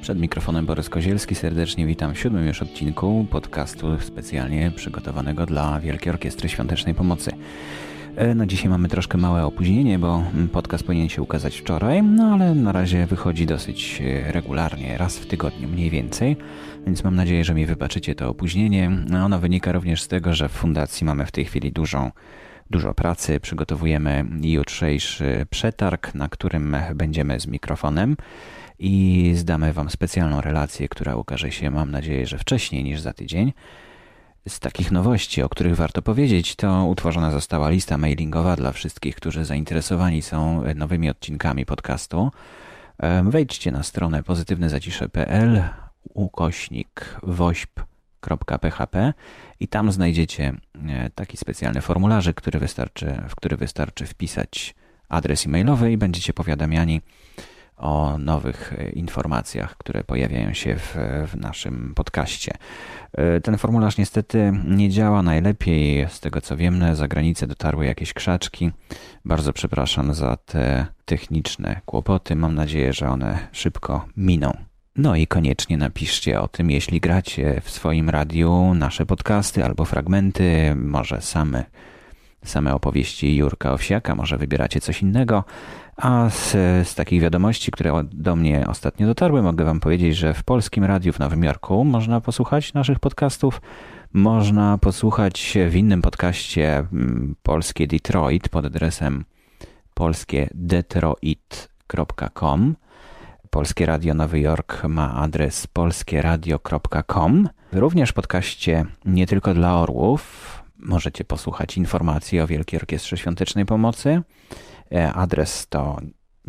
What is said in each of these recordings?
Przed mikrofonem Borys Kozielski. Serdecznie witam w 7. już odcinku podcastu specjalnie przygotowanego dla Wielkiej Orkiestry Świątecznej Pomocy. Na dzisiaj mamy troszkę małe opóźnienie, bo podcast powinien się ukazać wczoraj, ale na razie wychodzi dosyć regularnie, raz w tygodniu mniej więcej, więc mam nadzieję, że mi wybaczycie to opóźnienie. Ono wynika również z tego, że w fundacji mamy w tej chwili dużo pracy. Przygotowujemy jutrzejszy przetarg, na którym będziemy z mikrofonem i zdamy Wam specjalną relację, która ukaże się, mam nadzieję, że wcześniej niż za tydzień. Z takich nowości, o których warto powiedzieć, to utworzona została lista mailingowa dla wszystkich, którzy zainteresowani są nowymi odcinkami podcastu. Wejdźcie na stronę pozytywnezacisze.pl /wośp.php i tam znajdziecie taki specjalny formularz, w który wystarczy wpisać adres e-mailowy i będziecie powiadamiani o nowych informacjach, które pojawiają się w naszym podcaście. Ten formularz niestety nie działa najlepiej. Z tego co wiem, za granicę dotarły jakieś krzaczki. Bardzo przepraszam za te techniczne kłopoty. Mam nadzieję, że one szybko miną. No i koniecznie napiszcie o tym, jeśli gracie w swoim radiu nasze podcasty albo fragmenty, może same opowieści Jurka Owsiaka, może wybieracie coś innego. A z takich wiadomości, które do mnie ostatnio dotarły, mogę Wam powiedzieć, że w Polskim Radiu w Nowym Jorku można posłuchać naszych podcastów. Można posłuchać w innym podcaście Polskie Detroit pod adresem polskiedetroit.com. Polskie Radio Nowy Jork ma adres polskieradio.com. Również w podcaście Nie tylko dla orłów możecie posłuchać informacji o Wielkiej Orkiestrze Świątecznej Pomocy. Adres to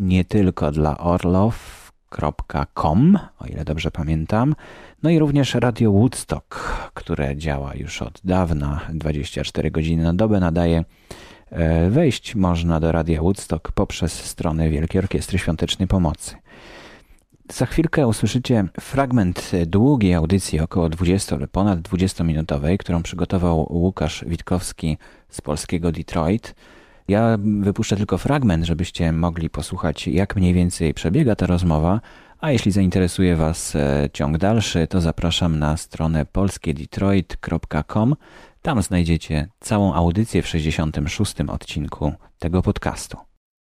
nietylkodlaorlov.com, o ile dobrze pamiętam. No i również Radio Woodstock, które działa już od dawna, 24 godziny na dobę nadaje. Wejść można do Radia Woodstock poprzez stronę Wielkiej Orkiestry Świątecznej Pomocy. Za chwilkę usłyszycie fragment długiej audycji, około 20 lub ponad 20-minutowej, którą przygotował Łukasz Witkowski z polskiego Detroit. Ja wypuszczę tylko fragment, żebyście mogli posłuchać, jak mniej więcej przebiega ta rozmowa, a jeśli zainteresuje Was ciąg dalszy, to zapraszam na stronę polskiedetroit.com. Tam znajdziecie całą audycję w 66. odcinku tego podcastu.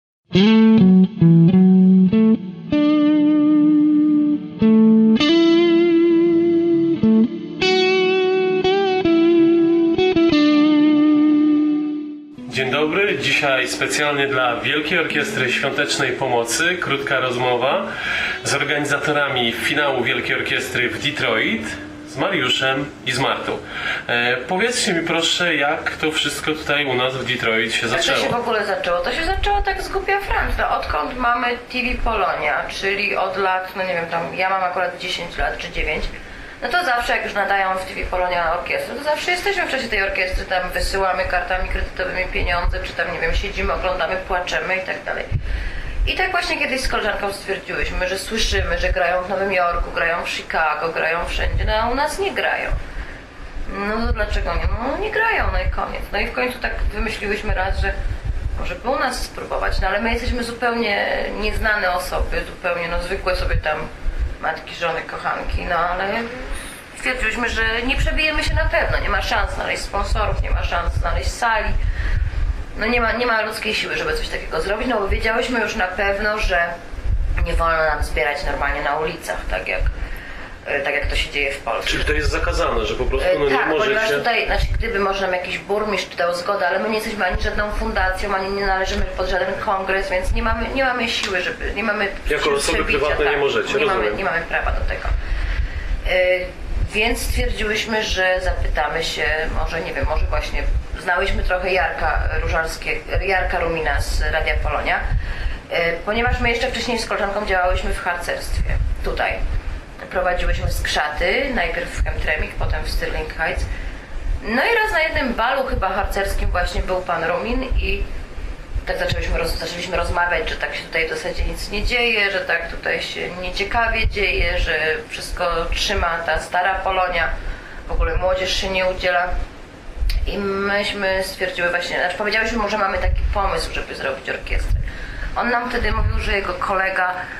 Dzień dobry, dzisiaj specjalnie dla Wielkiej Orkiestry Świątecznej Pomocy krótka rozmowa z organizatorami finału Wielkiej Orkiestry w Detroit, z Mariuszem i z Martą. Powiedzcie mi proszę, jak to wszystko tutaj u nas w Detroit się zaczęło? Jak to się w ogóle zaczęło? To się zaczęło tak z głupia Francja. Odkąd mamy TV Polonia, czyli od lat, no nie wiem, tam ja mam akurat 10 lat czy 9, no to zawsze jak już nadają w TV Polonia orkiestrę, to zawsze jesteśmy w czasie tej orkiestry, tam wysyłamy kartami kredytowymi pieniądze, czy tam, nie wiem, siedzimy, oglądamy, płaczemy i tak dalej. I tak właśnie kiedyś z koleżanką stwierdziłyśmy, że słyszymy, że grają w Nowym Jorku, grają w Chicago, grają wszędzie, no a u nas nie grają. No to dlaczego nie? No nie grają, no i koniec. No i w końcu tak wymyśliłyśmy raz, że może by u nas spróbować, no ale my jesteśmy zupełnie nieznane osoby, zupełnie no zwykłe sobie tam matki, żony, kochanki, no ale stwierdziłyśmy, że nie przebijemy się na pewno, nie ma szans znaleźć sponsorów, nie ma szans znaleźć sali, no nie ma ludzkiej siły, żeby coś takiego zrobić, no bo wiedziałyśmy już na pewno, że nie wolno nam zbierać normalnie na ulicach, tak jak to się dzieje w Polsce. Czyli to jest zakazane, że po prostu no tak, nie możecie... ponieważ tutaj, gdyby może nam jakiś burmistrz dał zgodę, ale my nie jesteśmy ani żadną fundacją, ani nie należymy pod żaden kongres, więc nie mamy siły, żeby... Nie mamy jako osoby prywatne nie możecie, nie mamy prawa do tego. Więc stwierdziłyśmy, że zapytamy się, może właśnie znałyśmy trochę Jarka Rumina z Radia Polonia, ponieważ my jeszcze wcześniej z koleżanką działałyśmy w harcerstwie tutaj. Prowadziłyśmy skrzaty, najpierw w Chemtremik, potem w Sterling Heights. No i raz na jednym balu chyba harcerskim właśnie był pan Rumin i tak zaczęliśmy rozmawiać, że tak się tutaj w zasadzie nic nie dzieje, że tak tutaj się nieciekawie dzieje, że wszystko trzyma ta stara Polonia, w ogóle młodzież się nie udziela. I myśmy stwierdziły właśnie, powiedziałyśmy mu, że mamy taki pomysł, żeby zrobić orkiestrę. On nam wtedy mówił, że jego kolega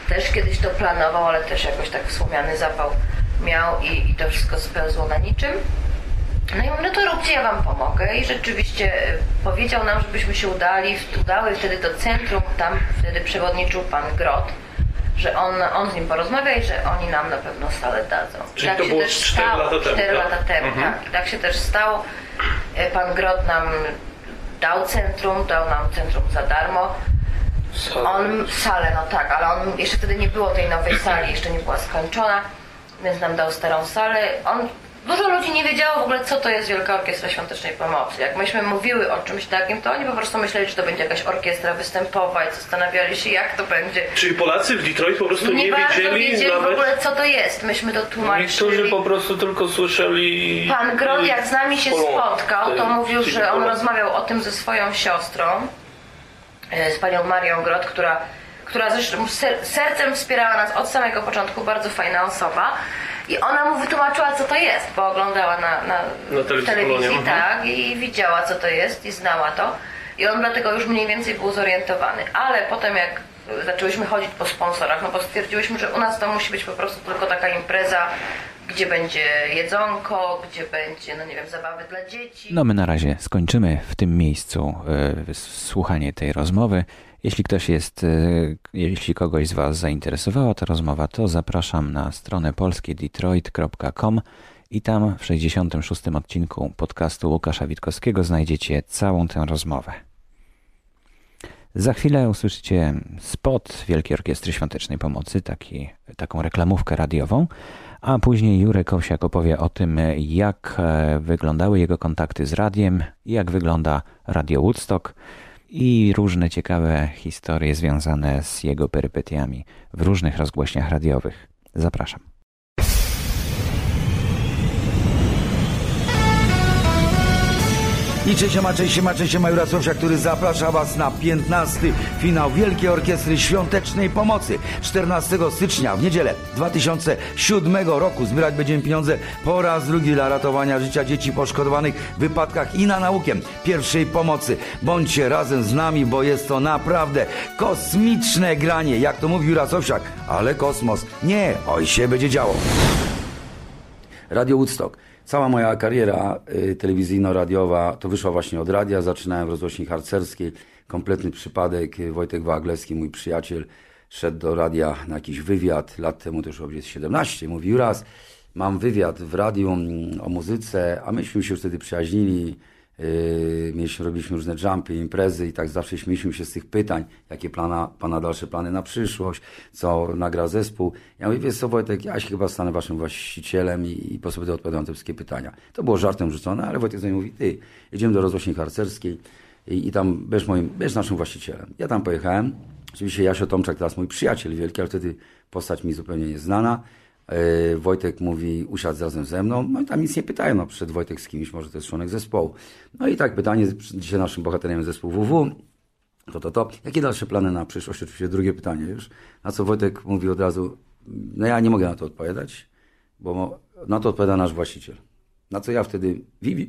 też kiedyś to planował, ale też jakoś tak słomiany zapał miał i to wszystko spełzło na niczym. No i mówię, no to róbcie, ja wam pomogę. I rzeczywiście powiedział nam, żebyśmy się udały wtedy do centrum, tam wtedy przewodniczył pan Grot, że on z nim porozmawia i że oni nam na pewno salę dadzą. Czyli tak to się było też 4 stało, lata temu, 4 tak? lata temu, tak. I tak się też stało. Pan Grot nam dał nam centrum za darmo. Salę, no tak, ale on jeszcze wtedy nie było tej nowej sali, jeszcze nie była skończona, więc nam dał starą salę. Dużo ludzi nie wiedziało w ogóle, co to jest Wielka Orkiestra Świątecznej Pomocy. Jak myśmy mówiły o czymś takim, to oni po prostu myśleli, że to będzie jakaś orkiestra występowa i zastanawiali się, jak to będzie. Czyli Polacy w Detroit po prostu nie wiedzieli w nawet... ogóle, co to jest. Myśmy to tłumaczyli. Niektórzy po prostu tylko słyszeli... Pan Grot, jak z nami się spotkał, to mówił, że on rozmawiał o tym ze swoją siostrą, z panią Marią Grot, która zresztą sercem wspierała nas od samego początku, bardzo fajna osoba. I ona mu wytłumaczyła, co to jest, bo oglądała na telewizji, tak, i widziała, co to jest i znała to. I on dlatego już mniej więcej był zorientowany. Ale potem jak zaczęłyśmy chodzić po sponsorach, no bo stwierdziłyśmy, że u nas to musi być po prostu tylko taka impreza, gdzie będzie jedzonko, gdzie będzie, no nie wiem, zabawy dla dzieci. No my na razie skończymy w tym miejscu słuchanie tej rozmowy. Jeśli kogoś z Was zainteresowała ta rozmowa, to zapraszam na stronę polskiedetroit.com i tam w 66. odcinku podcastu Łukasza Witkowskiego znajdziecie całą tę rozmowę. Za chwilę usłyszycie spot Wielkiej Orkiestry Świątecznej Pomocy, taką reklamówkę radiową, a później Jurek Owsiak opowie o tym, jak wyglądały jego kontakty z radiem, jak wygląda Radio Woodstock i różne ciekawe historie związane z jego perypetiami w różnych rozgłośniach radiowych. Zapraszam. I cześć, Jurek Owsiak, który zaprasza Was na 15. finał Wielkiej Orkiestry Świątecznej Pomocy. 14 stycznia w niedzielę 2007 roku zbierać będziemy pieniądze po raz drugi dla ratowania życia dzieci poszkodowanych w wypadkach i na naukę pierwszej pomocy. Bądźcie razem z nami, bo jest to naprawdę kosmiczne granie, jak to mówi Jurek Owsiak, ale kosmos nie, oj się będzie działo. Radio Woodstock. Cała moja kariera telewizyjno-radiowa to wyszła właśnie od radia. Zaczynałem w rozgłośni harcerskiej. Kompletny przypadek. Wojtek Waglewski, mój przyjaciel, szedł do radia na jakiś wywiad. Lat temu, to już jest 17. Mówi: Juras, mam wywiad w radiu o muzyce, a myśmy się już wtedy przyjaźnili. Robiliśmy różne jumpy, imprezy i tak zawsze śmieliśmy się z tych pytań, jakie pana dalsze plany na przyszłość, co nagra zespół. Ja mówię: wiesz co, Wojtek, ja się chyba stanę waszym właścicielem i po sobie odpowiadam te wszystkie pytania. To było żartem rzucone, ale Wojtek sobie mówi: ty, jedziemy do rozgłośni harcerskiej i tam będziesz naszym właścicielem. Ja tam pojechałem, oczywiście Jasio Tomczak, teraz mój przyjaciel wielki, ale wtedy postać mi zupełnie nieznana. Wojtek mówi: usiadł razem ze mną. No i tam nic nie pytają. No, przyszedł Wojtek z kimś, może to jest członek zespołu. No i tak pytanie, dzisiaj naszym bohaterem jest zespół WW. Jakie dalsze plany na przyszłość? Oczywiście drugie pytanie już. Na co Wojtek mówi od razu: no ja nie mogę na to odpowiadać, bo na to odpowiada nasz właściciel. Na co ja wtedy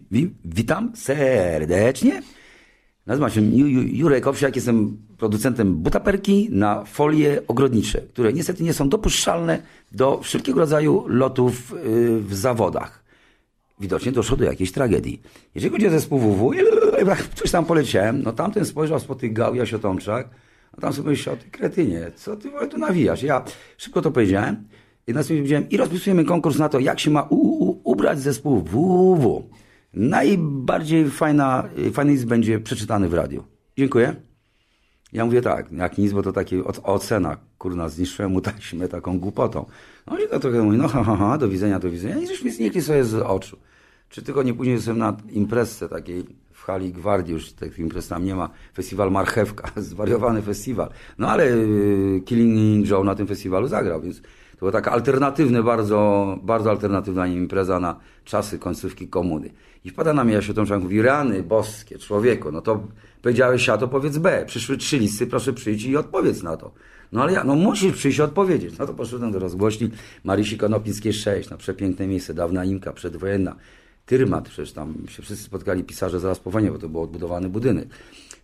witam serdecznie. Nazywam się Jurek Owsiak, jestem producentem butaperki na folie ogrodnicze, które niestety nie są dopuszczalne do wszelkiego rodzaju lotów w zawodach. Widocznie doszło do jakiejś tragedii. Jeżeli chodzi o zespół WW, coś tam poleciałem, no tamten spojrzał, spotykał Jasio Tomczak, a tam sobie myślał: ty kretynie, co ty tu nawijasz? Ja szybko to powiedziałem i następnie powiedziałem: i rozpisujemy konkurs na to, jak się ma ubrać zespół WW. Najbardziej fajny list będzie przeczytany w radiu. Dziękuję. Ja mówię: tak, jak nic, bo to takie ocena, kurna, zniszczyłem mu taśmę taką głupotą. No i to trochę mówi: no do widzenia. I żeśmy znikli sobie z oczu. 3 tygodnie później jestem na imprezce takiej w hali Gwardii, już tych imprez tam nie ma, festiwal Marchewka, zwariowany festiwal. No ale Killing Joe na tym festiwalu zagrał, więc to była taka alternatywna, bardzo, bardzo alternatywna impreza na czasy końcówki komuny. I wpada na mnie Jasio Tomczak, mówi: rany boskie, człowieku, no to powiedziałeś A, to powiedz B. Przyszły 3 listy, proszę przyjść i odpowiedz na to. No ale musisz przyjść i odpowiedzieć. No to poszedłem do rozgłośni Marysi Konopińskiej 6, no przepiękne miejsce, dawna Imka, przedwojenna. Tyrmat, przecież tam się wszyscy spotkali, pisarze zaraz po wojnie, bo to był odbudowany budynek.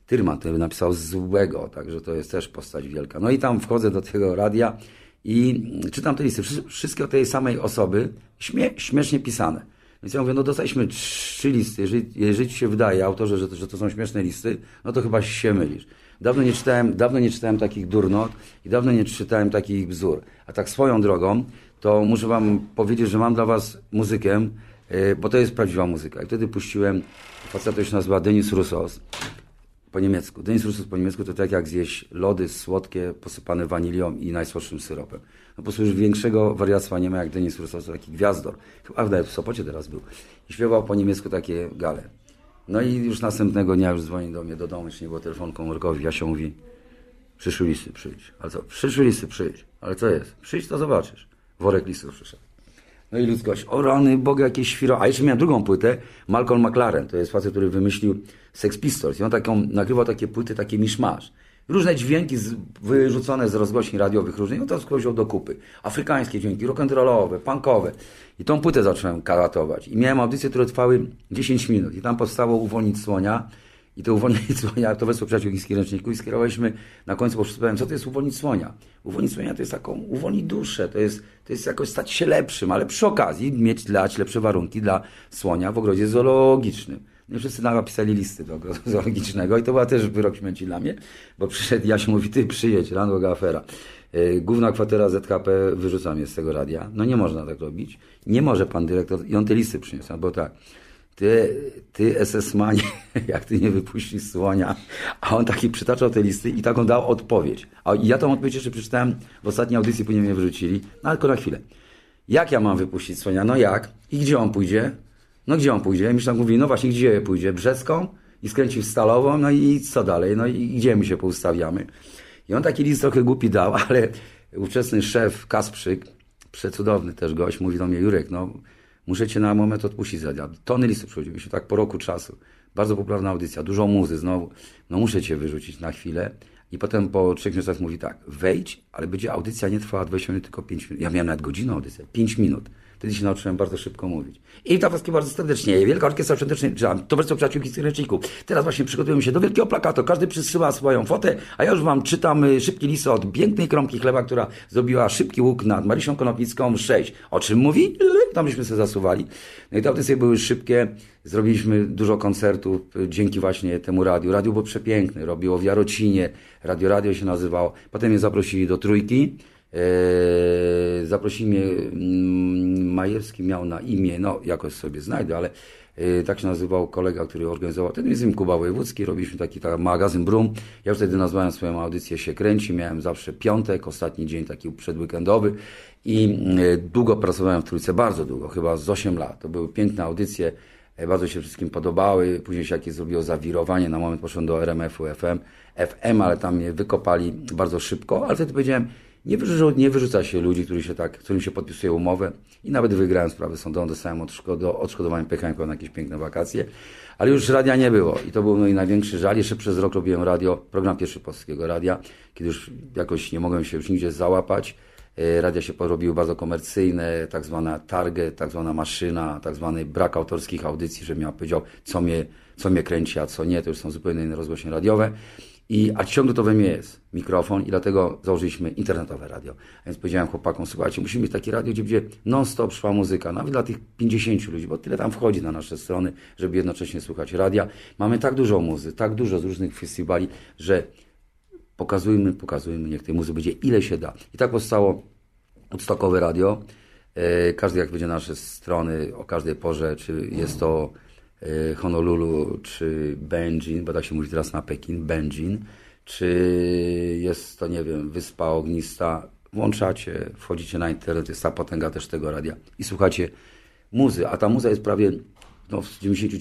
Tyrman, który napisał Złego, także to jest też postać wielka. No i tam wchodzę do tego radia i czytam te listy, wszystkie od tej samej osoby, śmiesznie pisane. Więc ja mówię, no dostaliśmy 3 listy, jeżeli ci się wydaje, autorze, że to są śmieszne listy, no to chyba się mylisz. Dawno nie czytałem takich durnot i dawno nie czytałem takich bzdur. A tak swoją drogą, to muszę wam powiedzieć, że mam dla was muzykę, bo to jest prawdziwa muzyka. I wtedy puściłem, faceta się nazywa Denis Roussos po niemiecku. Denis Roussos po niemiecku to tak jak zjeść lody słodkie, posypane wanilią i najsłodszym syropem. No po prostu już większego wariactwa nie ma jak Denis Roussos, to taki gwiazdor. Chyba nawet w Sopocie teraz był. I śpiewał po niemiecku takie gale. No i już następnego dnia już dzwoni do mnie do domu, jeszcze nie było telefonu komórkowy. Jasia mówi, przyszły listy, przyjdź. Ale co? Przyszły listy, przyjdź. Ale co jest? Przyjdź, to zobaczysz. Worek listów przyszedł. No i ludzkość, o rany, Boga, jakieś świro. A jeszcze miałem drugą płytę, Malcolm McLaren, to jest facet, który wymyślił Sex Pistols. I on nagrywał takie płyty, takie miszmasz. Różne dźwięki wyrzucone z rozgłośni radiowych różnych, on to wziął do kupy. Afrykańskie dźwięki, rock'n'rollowe, punkowe. I tą płytę zacząłem karatować. I miałem audycje, które trwały 10 minut. I tam powstało Uwolnić Słonia. I to Uwolnić Słonia, to wesło Przyjaciół Chińskich Ręczników i skierowaliśmy na końcu, bo wszyscy powiem, co to jest Uwolnić Słonia? Uwolnić Słonia to jest taką, uwolnić duszę, to jest jakoś stać się lepszym, ale przy okazji dać lepsze warunki dla słonia w ogrodzie zoologicznym. No i wszyscy napisali listy do ogrodu zoologicznego i to była też wyrok śmierci dla mnie, bo przyszedł Jaś mówi, ty przyjedź, rano afera. Główna kwatera ZKP wyrzuca mnie z tego radia. No nie można tak robić. Nie może pan dyrektor, i on te listy przyniósł, bo tak. Ty SS-manie, jak ty nie wypuścisz słonia, a on taki przytaczał te listy i taką dał odpowiedź. A ja tą odpowiedź jeszcze przeczytałem w ostatniej audycji, później mnie wyrzucili, no ale tylko na chwilę. Jak ja mam wypuścić słonia? No jak? I gdzie on pójdzie? No gdzie on pójdzie? Myślę, mówi, no właśnie, gdzie pójdzie? Brzeską i skręci w Stalową, no i co dalej? No i gdzie my się poustawiamy? I on taki list trochę głupi dał, ale ówczesny szef Kasprzyk, przecudowny też gość, mówi do mnie, Jurek, no muszę cię na moment odpuścić z radia. Tony listów przychodziły się tak po roku czasu. Bardzo popularna audycja, dużo muzy znowu. No muszę cię wyrzucić na chwilę. I potem po 3 miesiącach mówi tak, wejdź, ale będzie audycja nie trwała 20 minut, tylko 5 minut. Ja miałem nawet godzinę audycję, 5 minut. Wtedy się nauczyłem bardzo szybko mówić. I witam wszystkich bardzo serdecznie. Wielka Orkiestra Świątecznej, Towarzystwo Przyjaciół Chińskich Ręczników. Teraz właśnie przygotujemy się do wielkiego plakatu. Każdy przysyła swoją fotę, a ja już wam czytam szybki list od pięknej Kromki Chleba, która zrobiła szybki łuk nad Marysią Konopnicką 6. O czym mówi? Tam byśmy sobie zasuwali. No i te audycje były szybkie. Zrobiliśmy dużo koncertów dzięki właśnie temu radiu. Radio było przepiękne. Robiło w Jarocinie. Radio się nazywało. Potem mnie zaprosili do Trójki. Zaprosili mnie, Majewski miał na imię, no jakoś sobie znajdę, ale tak się nazywał kolega, który organizował, wtedy jest Kuba Wojewódzki, robiliśmy taki magazyn Brum. Ja wtedy nazwałem swoją audycję Się Kręci, miałem zawsze piątek, ostatni dzień taki przedweekendowy i długo pracowałem w Trójce, bardzo długo, chyba z 8 lat. To były piękne audycje, bardzo się wszystkim podobały, później się jakieś zrobiło zawirowanie, na moment poszedłem do RMF-u FM, ale tam mnie wykopali bardzo szybko, ale wtedy powiedziałem, nie wyrzuca się ludzi, którym się podpisuje umowę i nawet wygrałem sprawę sądową, dostałem odszkodowanie, pojechałem na jakieś piękne wakacje, ale już radia nie było i to był mój największy żal. Jeszcze przez rok robiłem program pierwszy Polskiego Radia, kiedy już jakoś nie mogłem się już nigdzie załapać. Radia się porobiły bardzo komercyjne, tak zwana target, tak zwana maszyna, tak zwany brak autorskich audycji, żebym ja powiedział, co mnie kręci, a co nie, to już są zupełnie inne rozgłośnie radiowe. A ciągle to we mnie jest mikrofon i dlatego założyliśmy internetowe radio. A więc powiedziałem chłopakom, słuchajcie, musimy mieć takie radio, gdzie będzie non-stop szła muzyka, nawet dla tych 50 ludzi, bo tyle tam wchodzi na nasze strony, żeby jednocześnie słuchać radia. Mamy tak dużo muzy, tak dużo z różnych festiwali, że pokazujmy, niech tej muzy będzie ile się da. I tak powstało Woodstockowe radio. Każdy jak będzie na nasze strony o każdej porze, czy jest to Honolulu, czy Benjin, bo tak się mówi teraz na Pekin, Benjin, czy jest to, nie wiem, Wyspa Ognista, włączacie, wchodzicie na internet, jest ta potęga też tego radia i słuchacie muzy, a ta muza jest prawie w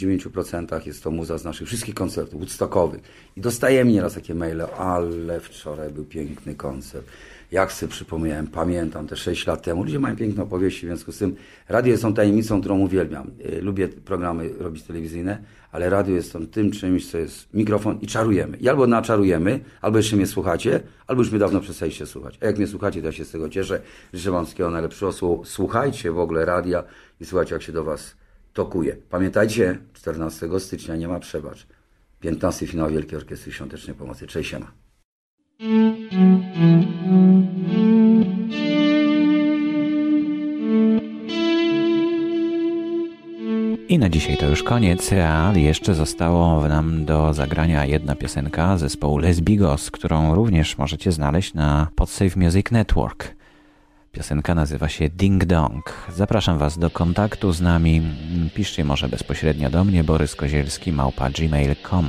99% jest to muza z naszych wszystkich koncertów woodstockowych i dostajemy nieraz takie maile, ale wczoraj był piękny koncert. Jak sobie przypomniałem, pamiętam te 6 lat temu. Ludzie mają piękne opowieści, w związku z tym radio jest tą tajemnicą, którą uwielbiam. Lubię programy robić telewizyjne, ale radio jest tym czymś, co jest mikrofon i czarujemy. I albo naczarujemy, albo jeszcze mnie słuchacie, albo już mnie dawno przestaliście słuchać. A jak mnie słuchacie, to ja się z tego cieszę. Życzę wam wszystkiego najlepszego. Słuchajcie w ogóle radia i słuchajcie, jak się do was tokuje. Pamiętajcie, 14 stycznia nie ma przebacz. 15. finał Wielkiej Orkiestry Świątecznej Pomocy. Cześć, siema. I na dzisiaj to już koniec, ale jeszcze zostało nam do zagrania jedna piosenka zespołu Les Bigos, którą również możecie znaleźć na Podsafe Music Network. Piosenka nazywa się Ding Dong. Zapraszam Was do kontaktu z nami. Piszcie może bezpośrednio do mnie, boryskozielski@gmail.com.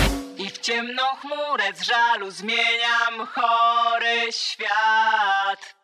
Ciemną chmurę z żalu zmieniam chory świat.